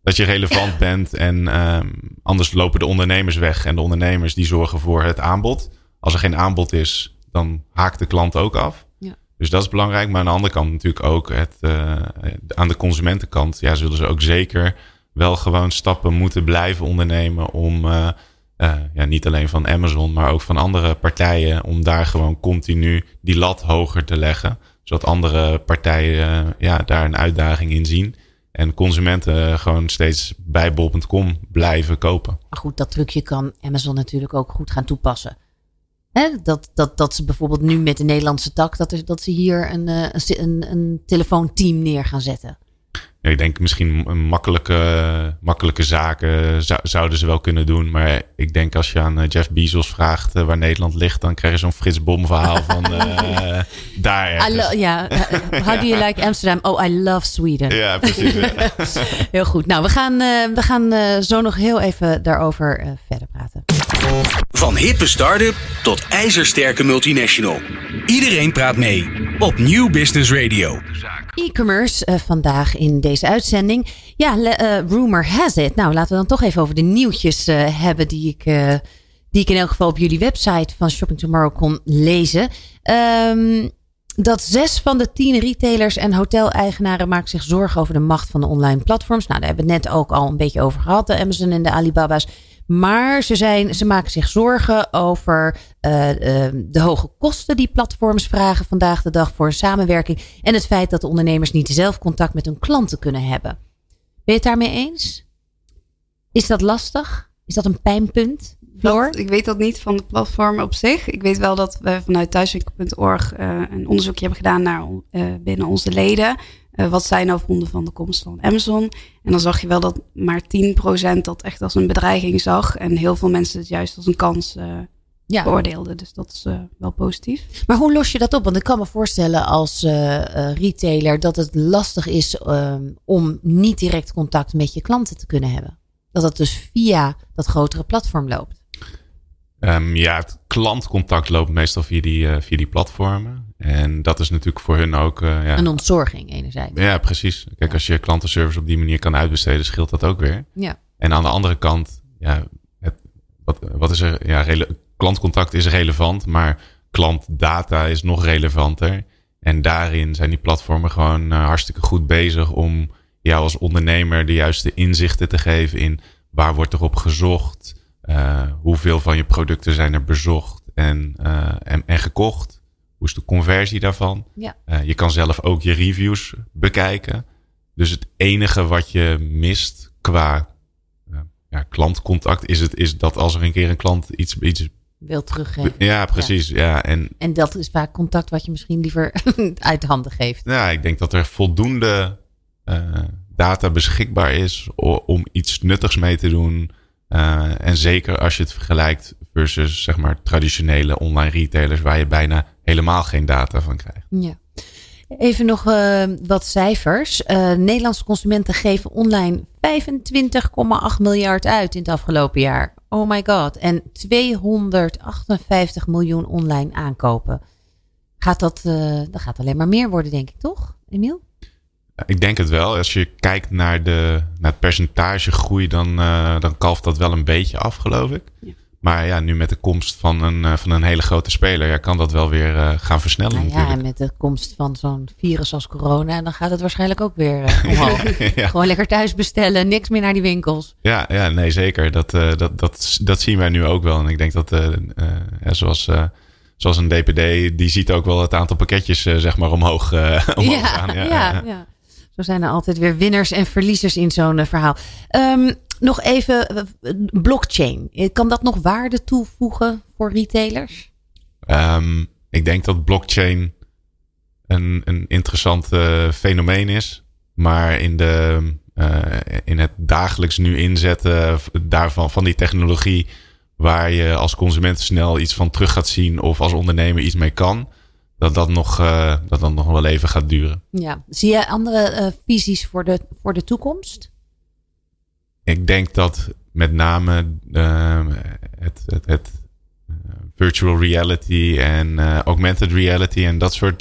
dat je relevant bent. En um, anders lopen de ondernemers weg. En de ondernemers die zorgen voor het aanbod. Als er geen aanbod is, dan haakt de klant ook af. Ja. Dus dat is belangrijk. Maar aan de andere kant natuurlijk ook het, uh, aan de consumentenkant. Ja, zullen ze ook zeker wel gewoon stappen moeten blijven ondernemen. Om uh, uh, ja, niet alleen van Amazon, maar ook van andere partijen. Om daar gewoon continu die lat hoger te leggen. Zodat andere partijen uh, ja, daar een uitdaging in zien. En consumenten gewoon steeds bij bol punt com blijven kopen. Maar goed, dat trucje kan Amazon natuurlijk ook goed gaan toepassen. Hè? Dat, dat, dat ze bijvoorbeeld nu met de Nederlandse tak, dat, er, dat ze hier een, een, een telefoonteam neer gaan zetten. Ja, ik denk misschien makkelijke, makkelijke zaken zou, zouden ze wel kunnen doen. Maar ik denk als je aan Jeff Bezos vraagt uh, waar Nederland ligt, dan krijg je zo'n Frits Bom verhaal van uh, daar ergens. Ja, yeah. How do you like Amsterdam? Oh, I love Sweden. Ja, precies. Ja. Heel goed. Nou, we gaan, uh, we gaan uh, zo nog heel even daarover uh, verder praten. Van hippe start-up tot ijzersterke multinational. Iedereen praat mee op Nieuw Business Radio. E-commerce uh, vandaag in deze uitzending. Ja, le- uh, rumor has it. Nou, laten we dan toch even over de nieuwtjes uh, hebben die ik, uh, die ik in elk geval op jullie website van Shopping Tomorrow kon lezen. Um, dat zes van de tien retailers en hoteleigenaren maken zich zorgen over de macht van de online platforms. Nou, daar hebben we het net ook al een beetje over gehad, de Amazon en de Alibaba's. Maar ze, zijn, ze maken zich zorgen over uh, uh, de hoge kosten die platforms vragen vandaag de dag voor samenwerking. En het feit dat de ondernemers niet zelf contact met hun klanten kunnen hebben. Ben je het daarmee eens? Is dat lastig? Is dat een pijnpunt, Floor? Dat, ik weet dat niet van de platform op zich. Ik weet wel dat we vanuit thuiswinkel punt org uh, een onderzoekje hebben gedaan naar uh, binnen onze leden. Uh, wat zij nou vonden van de komst van Amazon. En dan zag je wel dat maar tien procent dat echt als een bedreiging zag. En heel veel mensen het juist als een kans uh, ja. beoordeelden. Dus dat is uh, wel positief. Maar hoe los je dat op? Want ik kan me voorstellen als uh, uh, retailer dat het lastig is uh, om niet direct contact met je klanten te kunnen hebben. Dat dat dus via dat grotere platform loopt. Um, ja, het klantcontact loopt meestal via die, uh, via die platformen. En dat is natuurlijk voor hun ook... Uh, ja, een ontzorging enerzijds. Ja, precies. Kijk, als je klantenservice op die manier kan uitbesteden, scheelt dat ook weer. Ja. En aan de andere kant, ja, het, wat, wat is er? Ja, rele, klantcontact is relevant, maar klantdata is nog relevanter. En daarin zijn die platformen gewoon uh, hartstikke goed bezig om jou als ondernemer de juiste inzichten te geven in waar wordt er op gezocht, uh, hoeveel van je producten zijn er bezocht en, uh, en, en gekocht. Hoe is de conversie daarvan? Ja. Uh, je kan zelf ook je reviews bekijken. Dus het enige wat je mist qua uh, ja, klantcontact is, het, is dat als er een keer een klant iets... iets wil teruggeven. Ja, precies. Ja. Ja, en, en dat is vaak contact wat je misschien liever uit de handen geeft. Ja, ik denk dat er voldoende uh, data beschikbaar is om iets nuttigs mee te doen. Uh, en zeker als je het vergelijkt versus zeg maar traditionele online retailers waar je bijna helemaal geen data van krijgt. Ja. Even nog uh, wat cijfers. Uh, Nederlandse consumenten geven online vijfentwintig komma acht miljard uit in het afgelopen jaar. Oh my god. En tweehonderdachtenvijftig miljoen online aankopen. Gaat dat, uh, dat gaat alleen maar meer worden, denk ik, toch, Emiel? Ik denk het wel. Als je kijkt naar, de, naar het percentage groei, dan, uh, dan kalft dat wel een beetje af, geloof ik. Ja. Maar ja, nu met de komst van een, uh, van een hele grote speler, ja, kan dat wel weer uh, gaan versnellen nou natuurlijk. Ja, en met de komst van zo'n virus als corona, dan gaat het waarschijnlijk ook weer uh, omhoog. Ja. Gewoon lekker thuis bestellen, niks meer naar die winkels. Ja, ja nee, zeker. Dat, uh, dat, dat, dat zien wij nu ook wel. En ik denk dat, uh, uh, ja, zoals... Uh, Zoals een D P D, die ziet ook wel het aantal pakketjes uh, zeg maar omhoog, uh, omhoog ja, gaan. Ja, ja, ja. ja. Zo zijn er altijd weer winnaars en verliezers in zo'n uh, verhaal. Um, nog even uh, blockchain. Kan dat nog waarde toevoegen voor retailers? Um, ik denk dat blockchain een, een interessant uh, fenomeen is. Maar in, de, uh, in het dagelijks nu inzetten daarvan, van die technologie, waar je als consument snel iets van terug gaat zien of als ondernemer iets mee kan, dat dat nog, uh, dat dat nog wel even gaat duren. Ja. Zie je andere uh, visies voor de, voor de toekomst? Ik denk dat met name uh, het, het, het uh, virtual reality en uh, augmented reality en dat soort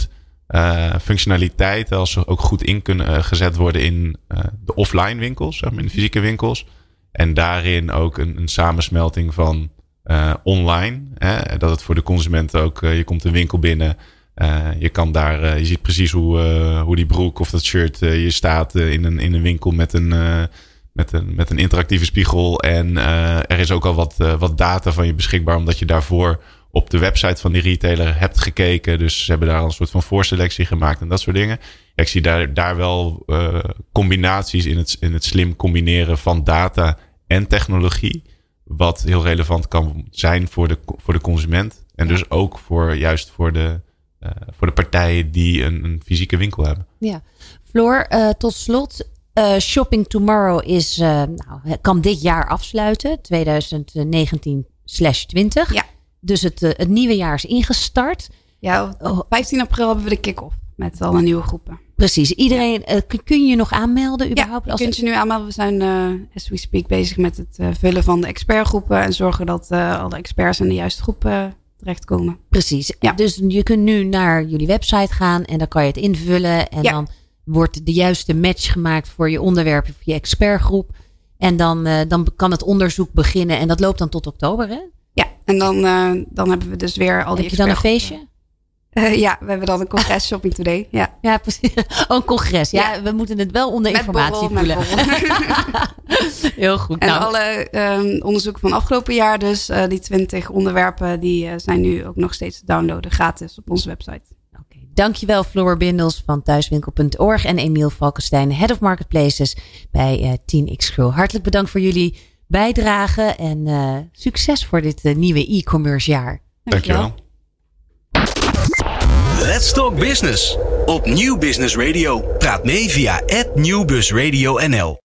uh, functionaliteiten, als ze ook goed in kunnen uh, gezet worden in uh, de offline winkels, zeg maar, in de fysieke winkels. En daarin ook een, een samensmelting van uh, online. Hè? Dat het voor de consument ook, uh, je komt een winkel binnen. Uh, je kan daar, uh, je ziet precies hoe, uh, hoe die broek of dat shirt, uh, je staat uh, in, een, in een winkel met een, uh, met een, met een interactieve spiegel. En uh, er is ook al wat, uh, wat data van je beschikbaar, omdat je daarvoor op de website van die retailer hebt gekeken. Dus ze hebben daar al een soort van voorselectie gemaakt en dat soort dingen. Ja, ik zie daar, daar wel uh, combinaties in het, in het slim combineren van data en technologie. Wat heel relevant kan zijn voor de, voor de consument. En dus ook voor, juist voor de, uh, voor de partijen die een, een fysieke winkel hebben. Ja, Floor, uh, tot slot. Uh, Shopping Tomorrow is, uh, nou, kan dit jaar afsluiten. twintig negentien twintig. Ja. Dus het, uh, het nieuwe jaar is ingestart. Ja, op vijftien april hebben we de kick-off met alle nieuwe groepen. Precies. Iedereen, uh, kun je je nog aanmelden überhaupt? Ja, je kunt je nu aanmelden. We zijn uh, as we speak bezig met het uh, vullen van de expertgroepen. En zorgen dat uh, alle experts in de juiste groepen terechtkomen. Precies. Ja. Dus je kunt nu naar jullie website gaan en dan kan je het invullen. En ja. dan wordt de juiste match gemaakt voor je onderwerp, voor je expertgroep. En dan, uh, dan kan het onderzoek beginnen. En dat loopt dan tot oktober, hè? Ja, en dan, uh, dan hebben we dus weer al die. Heb je dan een feestje? Uh, ja, we hebben dan een congres Shopping Today. Ja, ja precies. Oh, een congres. Ja, ja, we moeten het wel onder met informatie voelen. Heel goed. En nou. alle um, onderzoeken van afgelopen jaar, dus uh, die twintig onderwerpen, die uh, zijn nu ook nog steeds te downloaden gratis op onze website. Okay. Dankjewel Floor Bindels van thuiswinkel punt org en Emiel Valkenstein, Head of Marketplaces bij uh, tien X Grow. Hartelijk bedankt voor jullie bijdrage en uh, succes voor dit uh, nieuwe e-commerce jaar. Dankjewel. Let's Talk Business op Nieuw Business Radio. Praat mee via at Nieuw Bus Radio N L.